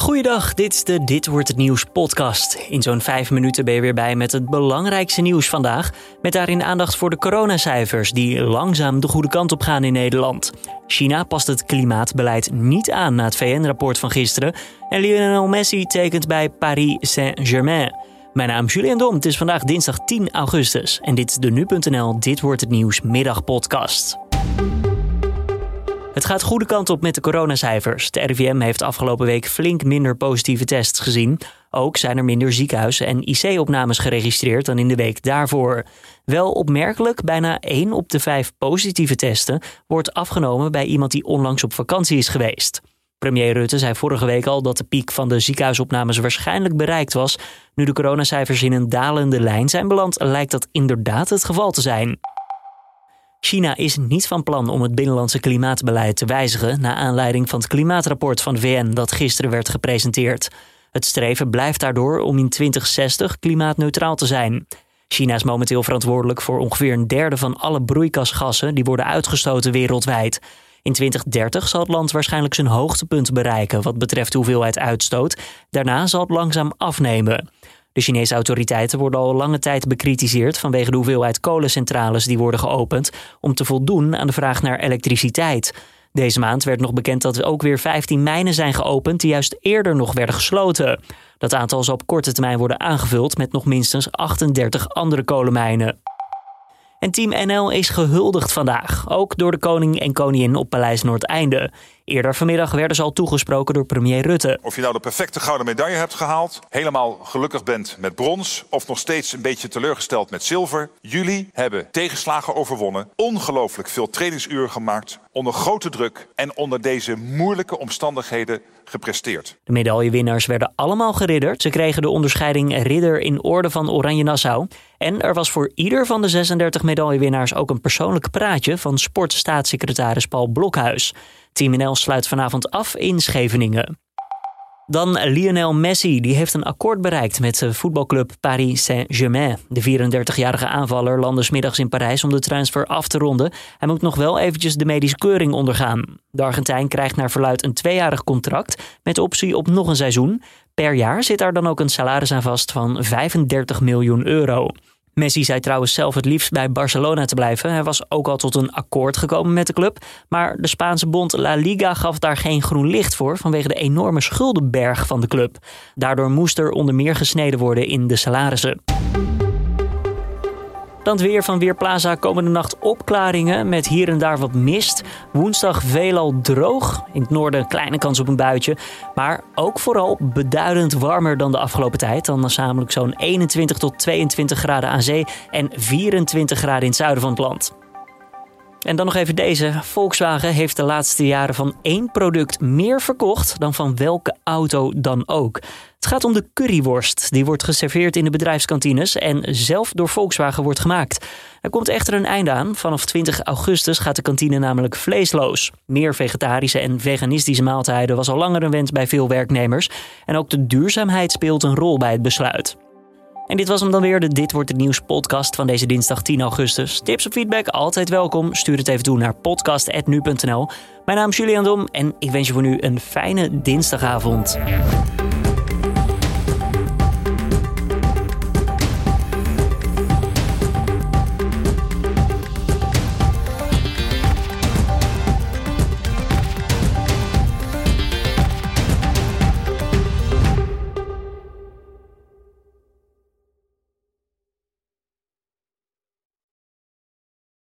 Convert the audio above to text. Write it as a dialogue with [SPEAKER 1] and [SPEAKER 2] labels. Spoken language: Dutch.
[SPEAKER 1] Goeiedag, dit is de Dit Wordt Het Nieuws podcast. In zo'n 5 minuten ben je weer bij met het belangrijkste nieuws vandaag. Met daarin aandacht voor de coronacijfers die langzaam de goede kant op gaan in Nederland. China past het klimaatbeleid niet aan na het VN-rapport van gisteren. En Lionel Messi tekent bij Paris Saint-Germain. Mijn naam is Julian Dom, het is vandaag dinsdag 10 augustus. En dit is de Nu.nl Dit Wordt Het Nieuws middagpodcast. Het gaat de goede kant op met de coronacijfers. De RIVM heeft afgelopen week flink minder positieve tests gezien. Ook zijn er minder ziekenhuizen en IC-opnames geregistreerd dan in de week daarvoor. Wel opmerkelijk, bijna 1 op de 5 positieve testen wordt afgenomen bij iemand die onlangs op vakantie is geweest. Premier Rutte zei vorige week al dat de piek van de ziekenhuisopnames waarschijnlijk bereikt was. Nu de coronacijfers in een dalende lijn zijn beland, lijkt dat inderdaad het geval te zijn. China is niet van plan om het binnenlandse klimaatbeleid te wijzigen na aanleiding van het klimaatrapport van de VN dat gisteren werd gepresenteerd. Het streven blijft daardoor om in 2060 klimaatneutraal te zijn. China is momenteel verantwoordelijk voor ongeveer een derde van alle broeikasgassen die worden uitgestoten wereldwijd. In 2030 zal het land waarschijnlijk zijn hoogtepunt bereiken wat betreft de hoeveelheid uitstoot. Daarna zal het langzaam afnemen. De Chinese autoriteiten worden al lange tijd bekritiseerd vanwege de hoeveelheid kolencentrales die worden geopend om te voldoen aan de vraag naar elektriciteit. Deze maand werd nog bekend dat er ook weer 15 mijnen zijn geopend die juist eerder nog werden gesloten. Dat aantal zal op korte termijn worden aangevuld met nog minstens 38 andere kolenmijnen. En Team NL is gehuldigd vandaag, ook door de koning en koningin op Paleis Noordeinde. Eerder vanmiddag werden ze al toegesproken door premier Rutte.
[SPEAKER 2] Of je nou de perfecte gouden medaille hebt gehaald, helemaal gelukkig bent met brons of nog steeds een beetje teleurgesteld met zilver. Jullie hebben tegenslagen overwonnen, ongelooflijk veel trainingsuren gemaakt, onder grote druk en onder deze moeilijke omstandigheden gepresteerd.
[SPEAKER 1] De medaillewinnaars werden allemaal geridderd. Ze kregen de onderscheiding Ridder in Orde van Oranje Nassau. En er was voor ieder van de 36 medaillewinnaars ook een persoonlijk praatje van sportstaatssecretaris Paul Blokhuis. Team NL sluit vanavond af in Scheveningen. Dan Lionel Messi, die heeft een akkoord bereikt met de voetbalclub Paris Saint-Germain. De 34-jarige aanvaller landde 's middags in Parijs om de transfer af te ronden. Hij moet nog wel eventjes de medische keuring ondergaan. De Argentijn krijgt naar verluidt een 2-jarig contract met optie op nog een seizoen. Per jaar zit daar dan ook een salaris aan vast van 35 miljoen euro. Messi zei trouwens zelf het liefst bij Barcelona te blijven. Hij was ook al tot een akkoord gekomen met de club. Maar de Spaanse bond La Liga gaf daar geen groen licht voor vanwege de enorme schuldenberg van de club. Daardoor moest er onder meer gesneden worden in de salarissen. Dan het weer van Weerplaza. Komende nacht opklaringen met hier en daar wat mist. Woensdag veelal droog. In het noorden een kleine kans op een buitje. Maar ook vooral beduidend warmer dan de afgelopen tijd. Dan namelijk zo'n 21 tot 22 graden aan zee en 24 graden in het zuiden van het land. En dan nog even deze. Volkswagen heeft de laatste jaren van 1 product meer verkocht dan van welke auto dan ook. Het gaat om de curryworst. Die wordt geserveerd in de bedrijfskantines en zelf door Volkswagen wordt gemaakt. Er komt echter een einde aan. Vanaf 20 augustus gaat de kantine namelijk vleesloos. Meer vegetarische en veganistische maaltijden was al langer een wens bij veel werknemers. En ook de duurzaamheid speelt een rol bij het besluit. En dit was hem dan weer, de Dit Wordt Het Nieuws podcast van deze dinsdag 10 augustus. Tips of feedback, altijd welkom. Stuur het even toe naar podcast@nu.nl. Mijn naam is Julian Dom en ik wens je voor nu een fijne dinsdagavond.